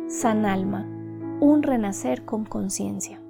San Alma, un renacer con conciencia.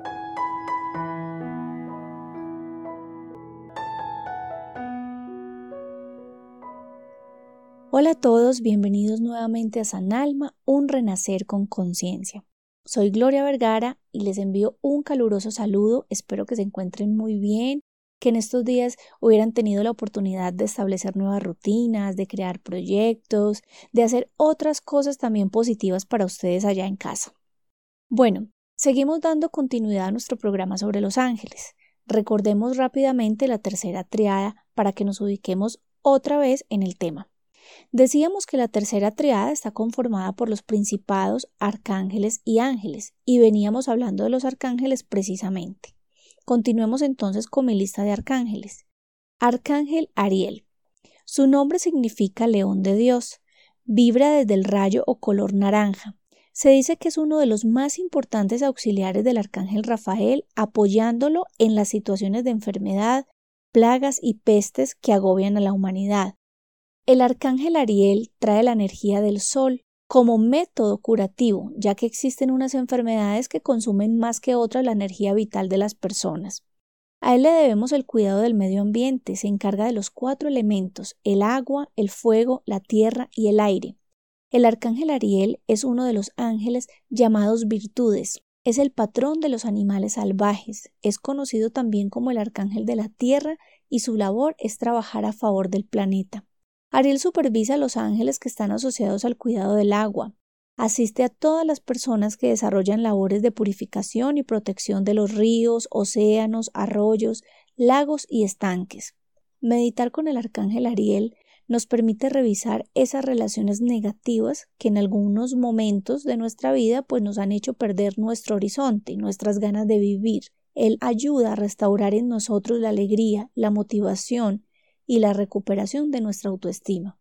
Hola a todos, bienvenidos nuevamente a San Alma, un renacer con conciencia. Soy Gloria Vergara y les envío un caluroso saludo, espero que se encuentren muy bien, que en estos días hubieran tenido la oportunidad de establecer nuevas rutinas, de crear proyectos, de hacer otras cosas también positivas para ustedes allá en casa. Bueno, seguimos dando continuidad a nuestro programa sobre los ángeles. Recordemos rápidamente la tercera triada para que nos ubiquemos otra vez en el tema. Decíamos que la tercera triada está conformada por los principados, arcángeles y ángeles, y veníamos hablando de los arcángeles precisamente. Continuemos entonces con mi lista de arcángeles. Arcángel Ariel. Su nombre significa león de Dios. Vibra desde el rayo o color naranja. Se dice que es uno de los más importantes auxiliares del arcángel Rafael, apoyándolo en las situaciones de enfermedad, plagas y pestes que agobian a la humanidad. El arcángel Ariel trae la energía del sol como método curativo, ya que existen unas enfermedades que consumen más que otras la energía vital de las personas. A él le debemos el cuidado del medio ambiente, se encarga de los 4 elementos, el agua, el fuego, la tierra y el aire. El arcángel Ariel es uno de los ángeles llamados virtudes, es el patrón de los animales salvajes, es conocido también como el arcángel de la tierra y su labor es trabajar a favor del planeta. Ariel supervisa a los ángeles que están asociados al cuidado del agua, asiste a todas las personas que desarrollan labores de purificación y protección de los ríos, océanos, arroyos, lagos y estanques. Meditar con el arcángel Ariel nos permite revisar esas relaciones negativas que en algunos momentos de nuestra vida nos han hecho perder nuestro horizonte y nuestras ganas de vivir. Él ayuda a restaurar en nosotros la alegría, la motivación y la recuperación de nuestra autoestima.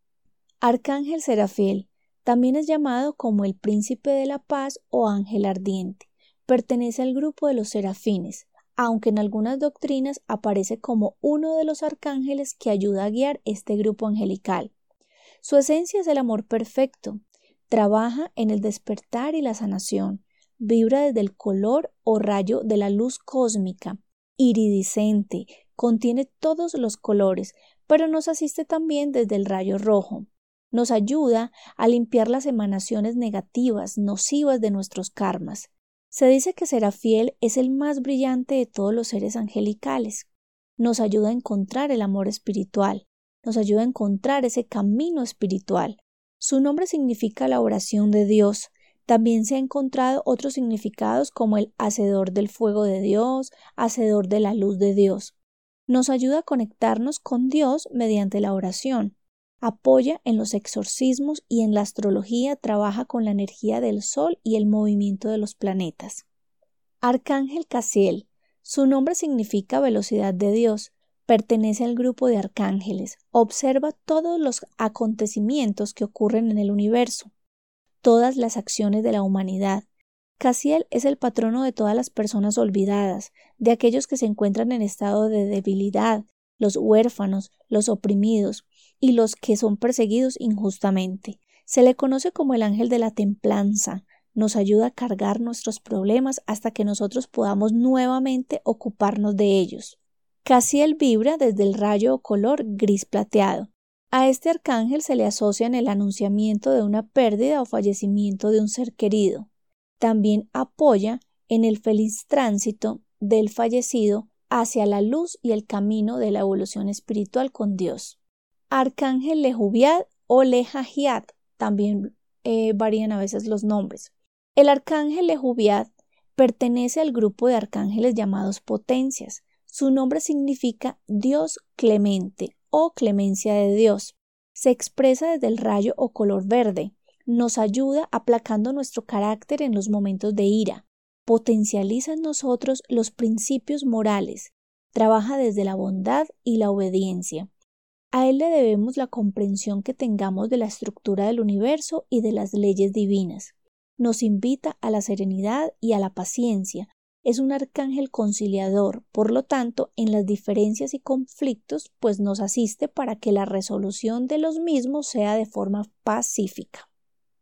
Arcángel Serafiel también es llamado como el príncipe de la paz o ángel ardiente. Pertenece al grupo de los serafines, aunque en algunas doctrinas aparece como uno de los arcángeles que ayuda a guiar este grupo angelical. Su esencia es el amor perfecto, trabaja en el despertar y la sanación, vibra desde el color o rayo de la luz cósmica, iridiscente, contiene todos los colores, pero nos asiste también desde el rayo rojo. Nos ayuda a limpiar las emanaciones negativas, nocivas de nuestros karmas. Se dice que Serafiel es el más brillante de todos los seres angelicales. Nos ayuda a encontrar el amor espiritual, nos ayuda a encontrar ese camino espiritual. Su nombre significa la oración de Dios. También se ha encontrado otros significados como el hacedor del fuego de Dios, hacedor de la luz de Dios. Nos ayuda a conectarnos con Dios mediante la oración. Apoya en los exorcismos y en la astrología trabaja con la energía del sol y el movimiento de los planetas. Arcángel Casiel. Su nombre significa velocidad de Dios. Pertenece al grupo de arcángeles. Observa todos los acontecimientos que ocurren en el universo, todas las acciones de la humanidad. Casiel es el patrono de todas las personas olvidadas, de aquellos que se encuentran en estado de debilidad, los huérfanos, los oprimidos y los que son perseguidos injustamente. Se le conoce como el ángel de la templanza, nos ayuda a cargar nuestros problemas hasta que nosotros podamos nuevamente ocuparnos de ellos. Casiel vibra desde el rayo o color gris plateado. A este arcángel se le asocia en el anunciamiento de una pérdida o fallecimiento de un ser querido. También apoya en el feliz tránsito del fallecido hacia la luz y el camino de la evolución espiritual con Dios. Arcángel Lehuviad o Lejajiad, también varían a veces los nombres. El arcángel Lehuviad pertenece al grupo de arcángeles llamados potencias. Su nombre significa Dios clemente o clemencia de Dios. Se expresa desde el rayo o color verde. Nos ayuda aplacando nuestro carácter en los momentos de ira, potencializa en nosotros los principios morales, trabaja desde la bondad y la obediencia. A él le debemos la comprensión que tengamos de la estructura del universo y de las leyes divinas. Nos invita a la serenidad y a la paciencia. Es un arcángel conciliador, por lo tanto, en las diferencias y conflictos, nos asiste para que la resolución de los mismos sea de forma pacífica.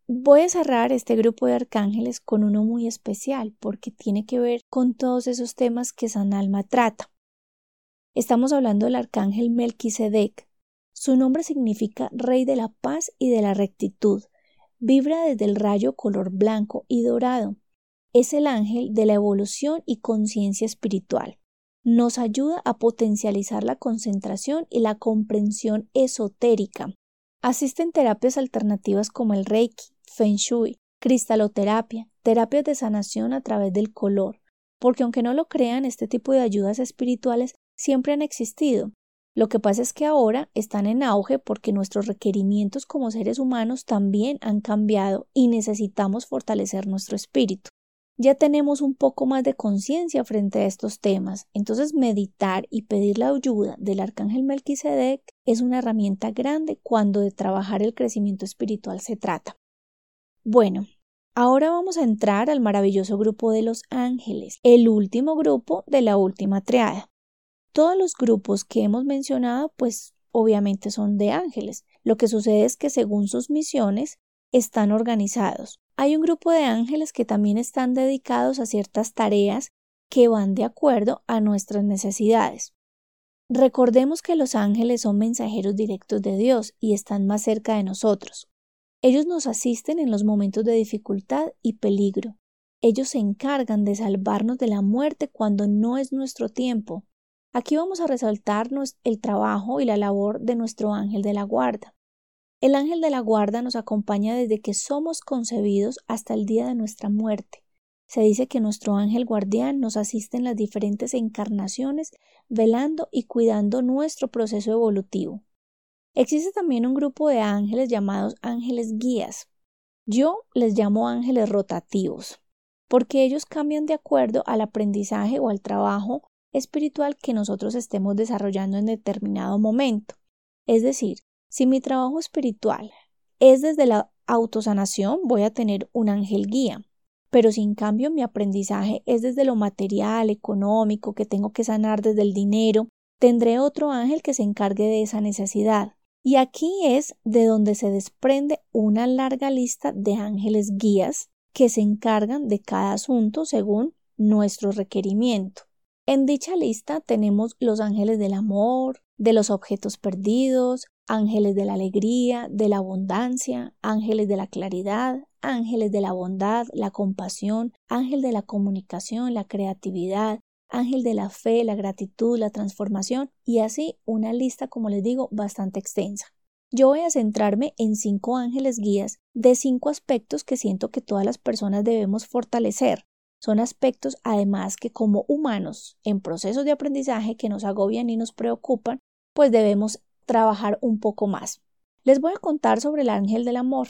Voy a cerrar este grupo de arcángeles con uno muy especial porque tiene que ver con todos esos temas que San Alma trata. Estamos hablando del arcángel Melquisedec. Su nombre significa Rey de la Paz y de la Rectitud. Vibra desde el rayo color blanco y dorado. Es el ángel de la evolución y conciencia espiritual. Nos ayuda a potencializar la concentración y la comprensión esotérica. Asisten terapias alternativas como el Reiki, Feng Shui, cristaloterapia, terapias de sanación a través del color, porque aunque no lo crean, este tipo de ayudas espirituales siempre han existido. Lo que pasa es que ahora están en auge porque nuestros requerimientos como seres humanos también han cambiado y necesitamos fortalecer nuestro espíritu. Ya tenemos un poco más de conciencia frente a estos temas, entonces meditar y pedir la ayuda del arcángel Melquisedec es una herramienta grande cuando de trabajar el crecimiento espiritual se trata. Bueno, ahora vamos a entrar al maravilloso grupo de los ángeles, el último grupo de la última triada. Todos los grupos que hemos mencionado, pues obviamente son de ángeles. Lo que sucede es que según sus misiones están organizados. Hay un grupo de ángeles que también están dedicados a ciertas tareas que van de acuerdo a nuestras necesidades. Recordemos que los ángeles son mensajeros directos de Dios y están más cerca de nosotros. Ellos nos asisten en los momentos de dificultad y peligro. Ellos se encargan de salvarnos de la muerte cuando no es nuestro tiempo. Aquí vamos a resaltar el trabajo y la labor de nuestro ángel de la guarda. El ángel de la guarda nos acompaña desde que somos concebidos hasta el día de nuestra muerte. Se dice que nuestro ángel guardián nos asiste en las diferentes encarnaciones, velando y cuidando nuestro proceso evolutivo. Existe también un grupo de ángeles llamados ángeles guías. Yo les llamo ángeles rotativos, porque ellos cambian de acuerdo al aprendizaje o al trabajo espiritual que nosotros estemos desarrollando en determinado momento. Es decir, si mi trabajo espiritual es desde la autosanación, voy a tener un ángel guía, pero si en cambio mi aprendizaje es desde lo material, económico, que tengo que sanar desde el dinero, tendré otro ángel que se encargue de esa necesidad. Y aquí es de donde se desprende una larga lista de ángeles guías que se encargan de cada asunto según nuestro requerimiento. En dicha lista tenemos los ángeles del amor, de los objetos perdidos, ángeles de la alegría, de la abundancia, ángeles de la claridad, ángeles de la bondad, la compasión, ángel de la comunicación, la creatividad, ángel de la fe, la gratitud, la transformación y así una lista, como les digo, bastante extensa. Yo voy a centrarme en 5 ángeles guías de 5 aspectos que siento que todas las personas debemos fortalecer. Son aspectos, además, que como humanos, en procesos de aprendizaje que nos agobian y nos preocupan, pues debemos trabajar un poco más. Les voy a contar sobre el ángel del amor.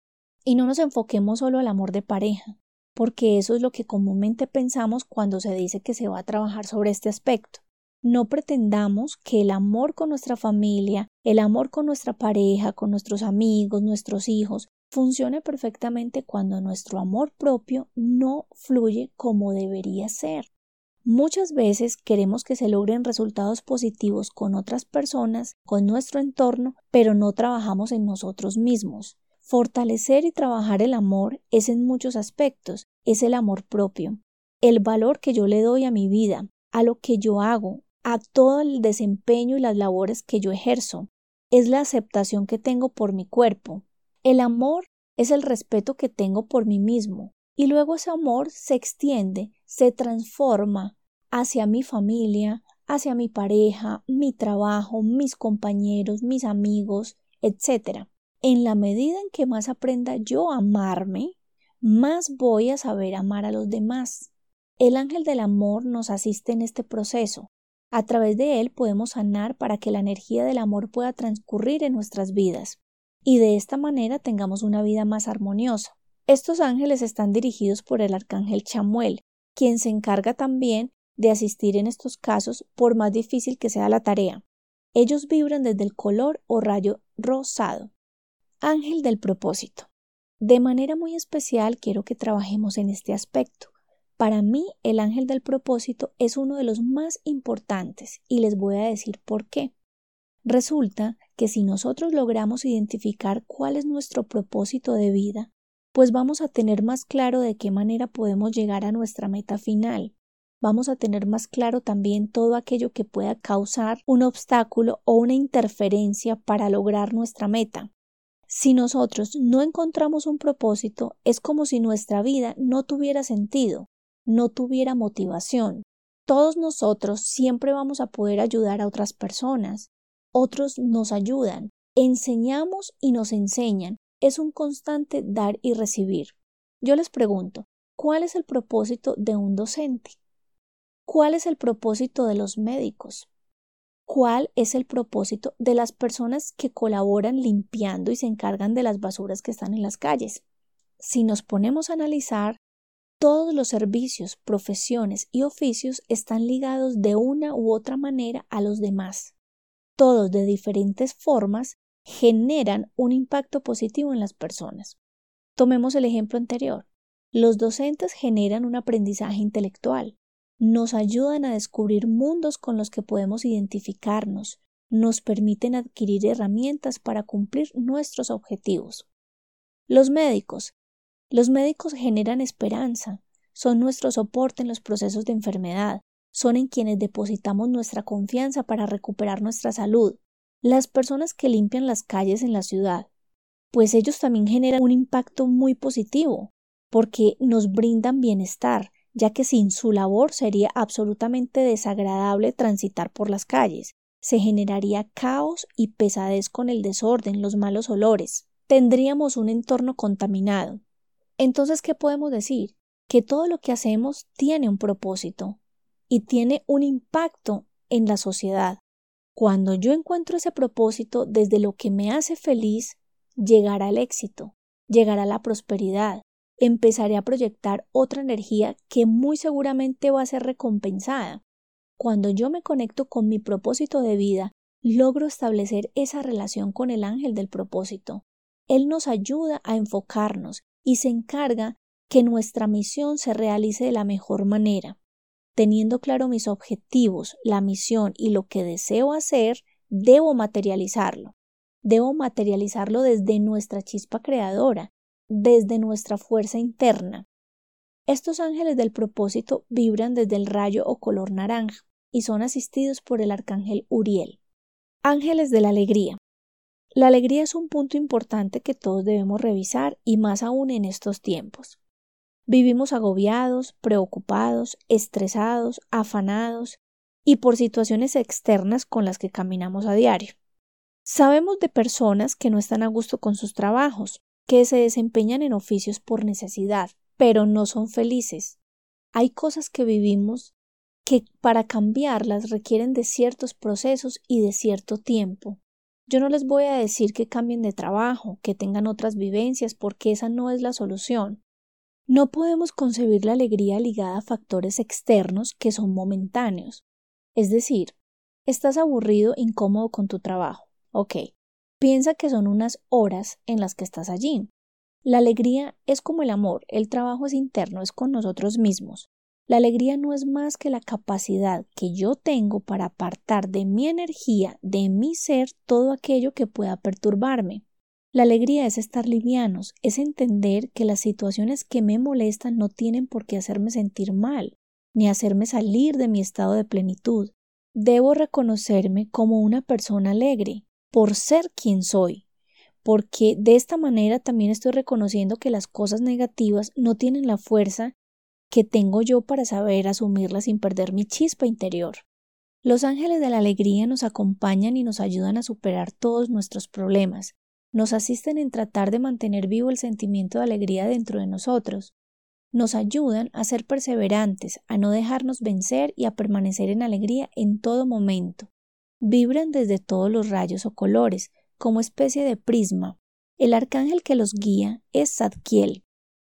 Y no nos enfoquemos solo al amor de pareja, porque eso es lo que comúnmente pensamos cuando se dice que se va a trabajar sobre este aspecto. No pretendamos que el amor con nuestra familia, el amor con nuestra pareja, con nuestros amigos, nuestros hijos, funcione perfectamente cuando nuestro amor propio no fluye como debería ser. Muchas veces queremos que se logren resultados positivos con otras personas, con nuestro entorno, pero no trabajamos en nosotros mismos. Fortalecer y trabajar el amor es en muchos aspectos, es el amor propio, el valor que yo le doy a mi vida, a lo que yo hago, a todo el desempeño y las labores que yo ejerzo, es la aceptación que tengo por mi cuerpo. El amor es el respeto que tengo por mí mismo y luego ese amor se extiende, se transforma hacia mi familia, hacia mi pareja, mi trabajo, mis compañeros, mis amigos, etc. En la medida en que más aprenda yo a amarme, más voy a saber amar a los demás. El ángel del amor nos asiste en este proceso. A través de él podemos sanar para que la energía del amor pueda transcurrir en nuestras vidas y de esta manera tengamos una vida más armoniosa. Estos ángeles están dirigidos por el arcángel Chamuel, quien se encarga también de asistir en estos casos por más difícil que sea la tarea. Ellos vibran desde el color o rayo rosado. Ángel del propósito. De manera muy especial quiero que trabajemos en este aspecto. Para mí, el ángel del propósito es uno de los más importantes y les voy a decir por qué. Resulta que si nosotros logramos identificar cuál es nuestro propósito de vida, pues vamos a tener más claro de qué manera podemos llegar a nuestra meta final. Vamos a tener más claro también todo aquello que pueda causar un obstáculo o una interferencia para lograr nuestra meta. Si nosotros no encontramos un propósito, es como si nuestra vida no tuviera sentido, no tuviera motivación. Todos nosotros siempre vamos a poder ayudar a otras personas. Otros nos ayudan, enseñamos y nos enseñan. Es un constante dar y recibir. Yo les pregunto, ¿cuál es el propósito de un docente? ¿Cuál es el propósito de los médicos? ¿Cuál es el propósito de las personas que colaboran limpiando y se encargan de las basuras que están en las calles? Si nos ponemos a analizar, todos los servicios, profesiones y oficios están ligados de una u otra manera a los demás. Todos de diferentes formas generan un impacto positivo en las personas. Tomemos el ejemplo anterior. Los docentes generan un aprendizaje intelectual. Nos ayudan a descubrir mundos con los que podemos identificarnos, nos permiten adquirir herramientas para cumplir nuestros objetivos. Los médicos generan esperanza, son nuestro soporte en los procesos de enfermedad, son en quienes depositamos nuestra confianza para recuperar nuestra salud. Las personas que limpian las calles en la ciudad, pues ellos también generan un impacto muy positivo, porque nos brindan bienestar, ya que sin su labor sería absolutamente desagradable transitar por las calles. Se generaría caos y pesadez con el desorden, los malos olores. Tendríamos un entorno contaminado. Entonces, ¿qué podemos decir? Que todo lo que hacemos tiene un propósito y tiene un impacto en la sociedad. Cuando yo encuentro ese propósito, desde lo que me hace feliz, llegará el éxito, llegará la prosperidad. Empezaré a proyectar otra energía que muy seguramente va a ser recompensada. Cuando yo me conecto con mi propósito de vida, logro establecer esa relación con el ángel del propósito. Él nos ayuda a enfocarnos y se encarga que nuestra misión se realice de la mejor manera. Teniendo claro mis objetivos, la misión y lo que deseo hacer, debo materializarlo. Debo materializarlo desde nuestra chispa creadora, desde nuestra fuerza interna. Estos ángeles del propósito vibran desde el rayo o color naranja y son asistidos por el arcángel Uriel. Ángeles de la alegría. La alegría es un punto importante que todos debemos revisar y más aún en estos tiempos. Vivimos agobiados, preocupados, estresados, afanados y por situaciones externas con las que caminamos a diario. Sabemos de personas que no están a gusto con sus trabajos, que se desempeñan en oficios por necesidad, pero no son felices. Hay cosas que vivimos que para cambiarlas requieren de ciertos procesos y de cierto tiempo. Yo no les voy a decir que cambien de trabajo, que tengan otras vivencias, porque esa no es la solución. No podemos concebir la alegría ligada a factores externos que son momentáneos. Es decir, estás aburrido, incómodo con tu trabajo. Ok. Piensa que son unas horas en las que estás allí. La alegría es como el amor, el trabajo es interno, es con nosotros mismos. La alegría no es más que la capacidad que yo tengo para apartar de mi energía, de mi ser, todo aquello que pueda perturbarme. La alegría es estar livianos, es entender que las situaciones que me molestan no tienen por qué hacerme sentir mal, ni hacerme salir de mi estado de plenitud. Debo reconocerme como una persona alegre, por ser quien soy, porque de esta manera también estoy reconociendo que las cosas negativas no tienen la fuerza que tengo yo para saber asumirlas sin perder mi chispa interior. Los ángeles de la alegría nos acompañan y nos ayudan a superar todos nuestros problemas, nos asisten en tratar de mantener vivo el sentimiento de alegría dentro de nosotros, nos ayudan a ser perseverantes, a no dejarnos vencer y a permanecer en alegría en todo momento. Vibran desde todos los rayos o colores, como especie de prisma. El arcángel que los guía es Zadkiel.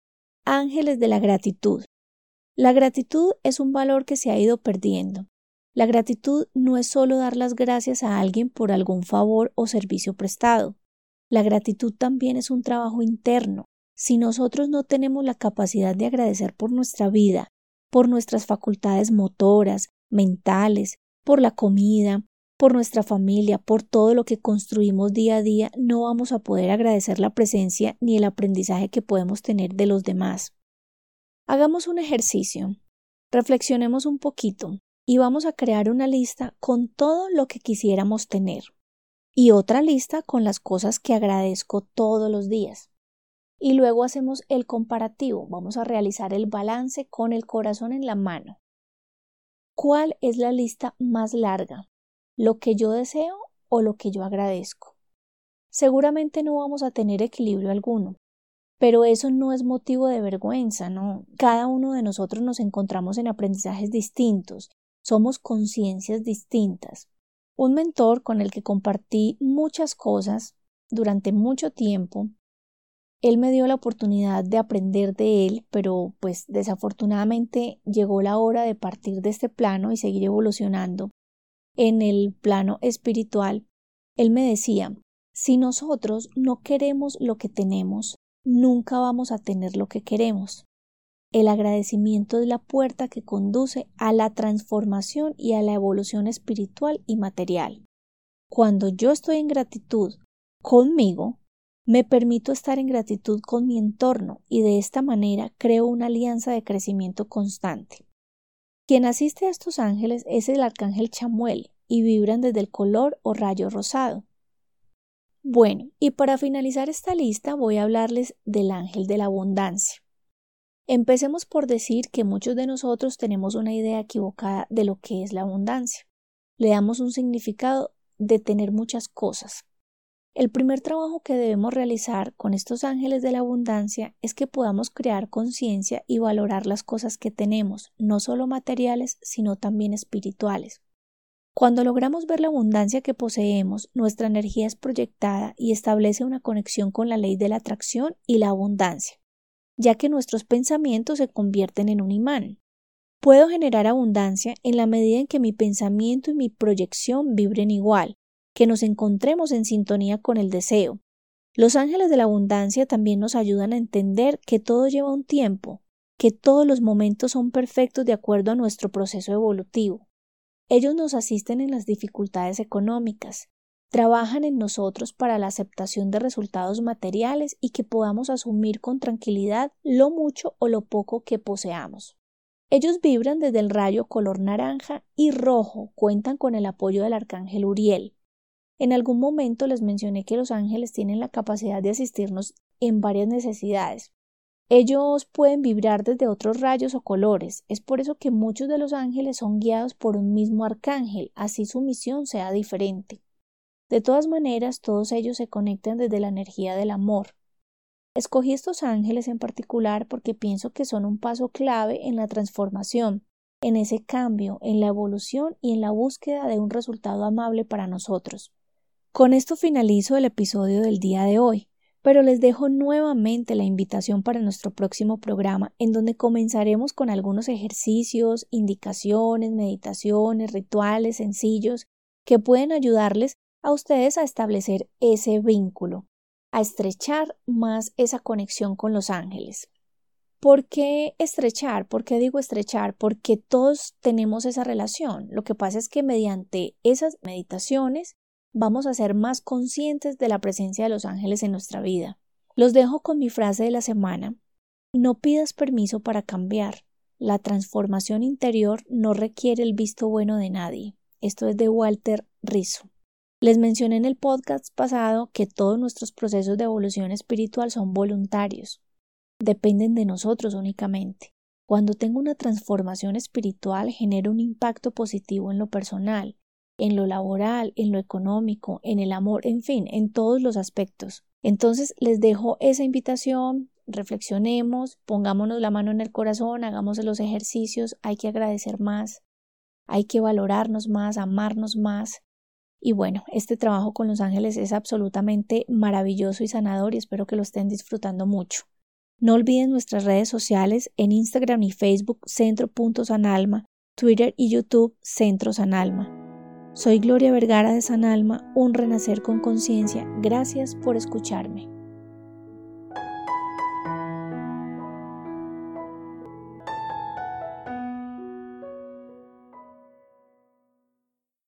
Ángeles de la gratitud. La gratitud es un valor que se ha ido perdiendo. La gratitud no es solo dar las gracias a alguien por algún favor o servicio prestado. La gratitud también es un trabajo interno. Si nosotros no tenemos la capacidad de agradecer por nuestra vida, por nuestras facultades motoras, mentales, por la comida, por nuestra familia, por todo lo que construimos día a día, no vamos a poder agradecer la presencia ni el aprendizaje que podemos tener de los demás. Hagamos un ejercicio, reflexionemos un poquito y vamos a crear una lista con todo lo que quisiéramos tener y otra lista con las cosas que agradezco todos los días. Y luego hacemos el comparativo, vamos a realizar el balance con el corazón en la mano. ¿Cuál es la lista más larga? ¿Lo que yo deseo o lo que yo agradezco? Seguramente no vamos a tener equilibrio alguno, pero eso no es motivo de vergüenza, ¿no? Cada uno de nosotros nos encontramos en aprendizajes distintos, somos conciencias distintas. Un mentor con el que compartí muchas cosas durante mucho tiempo, él me dio la oportunidad de aprender de él, pero pues desafortunadamente llegó la hora de partir de este plano y seguir evolucionando. En el plano espiritual, él me decía, si nosotros no queremos lo que tenemos, nunca vamos a tener lo que queremos. El agradecimiento es la puerta que conduce a la transformación y a la evolución espiritual y material. Cuando yo estoy en gratitud conmigo, me permito estar en gratitud con mi entorno y de esta manera creo una alianza de crecimiento constante. Quien asiste a estos ángeles es el arcángel Chamuel y vibran desde el color o rayo rosado. Bueno, y para finalizar esta lista voy a hablarles del ángel de la abundancia. Empecemos por decir que muchos de nosotros tenemos una idea equivocada de lo que es la abundancia. Le damos un significado de tener muchas cosas. El primer trabajo que debemos realizar con estos ángeles de la abundancia es que podamos crear conciencia y valorar las cosas que tenemos, no solo materiales, sino también espirituales. Cuando logramos ver la abundancia que poseemos, nuestra energía es proyectada y establece una conexión con la ley de la atracción y la abundancia, ya que nuestros pensamientos se convierten en un imán. Puedo generar abundancia en la medida en que mi pensamiento y mi proyección vibren igual, que nos encontremos en sintonía con el deseo. Los ángeles de la abundancia también nos ayudan a entender que todo lleva un tiempo, que todos los momentos son perfectos de acuerdo a nuestro proceso evolutivo. Ellos nos asisten en las dificultades económicas, trabajan en nosotros para la aceptación de resultados materiales y que podamos asumir con tranquilidad lo mucho o lo poco que poseamos. Ellos vibran desde el rayo color naranja y rojo, cuentan con el apoyo del arcángel Uriel. En algún momento les mencioné que los ángeles tienen la capacidad de asistirnos en varias necesidades. Ellos pueden vibrar desde otros rayos o colores, es por eso que muchos de los ángeles son guiados por un mismo arcángel, así su misión sea diferente. De todas maneras, todos ellos se conectan desde la energía del amor. Escogí estos ángeles en particular porque pienso que son un paso clave en la transformación, en ese cambio, en la evolución y en la búsqueda de un resultado amable para nosotros. Con esto finalizo el episodio del día de hoy, pero les dejo nuevamente la invitación para nuestro próximo programa, en donde comenzaremos con algunos ejercicios, indicaciones, meditaciones, rituales sencillos que pueden ayudarles a ustedes a establecer ese vínculo, a estrechar más esa conexión con los ángeles. ¿Por qué estrechar? ¿Por qué digo estrechar? Porque todos tenemos esa relación. Lo que pasa es que mediante esas meditaciones vamos a ser más conscientes de la presencia de los ángeles en nuestra vida. Los dejo con mi frase de la semana. No pidas permiso para cambiar. La transformación interior no requiere el visto bueno de nadie. Esto es de Walter Rizzo. Les mencioné en el podcast pasado que todos nuestros procesos de evolución espiritual son voluntarios. Dependen de nosotros únicamente. Cuando tengo una transformación espiritual, genero un impacto positivo en lo personal, en lo laboral, en lo económico, en el amor, en fin, en todos los aspectos. Entonces les dejo esa invitación, reflexionemos, pongámonos la mano en el corazón, hagamos los ejercicios, hay que agradecer más, hay que valorarnos más, amarnos más. Y bueno, este trabajo con los ángeles es absolutamente maravilloso y sanador y espero que lo estén disfrutando mucho. No olviden nuestras redes sociales en Instagram y Facebook Centro.Sanalma, Twitter y YouTube Centro Sanalma. Soy Gloria Vergara de Sanalma, un renacer con conciencia. Gracias por escucharme.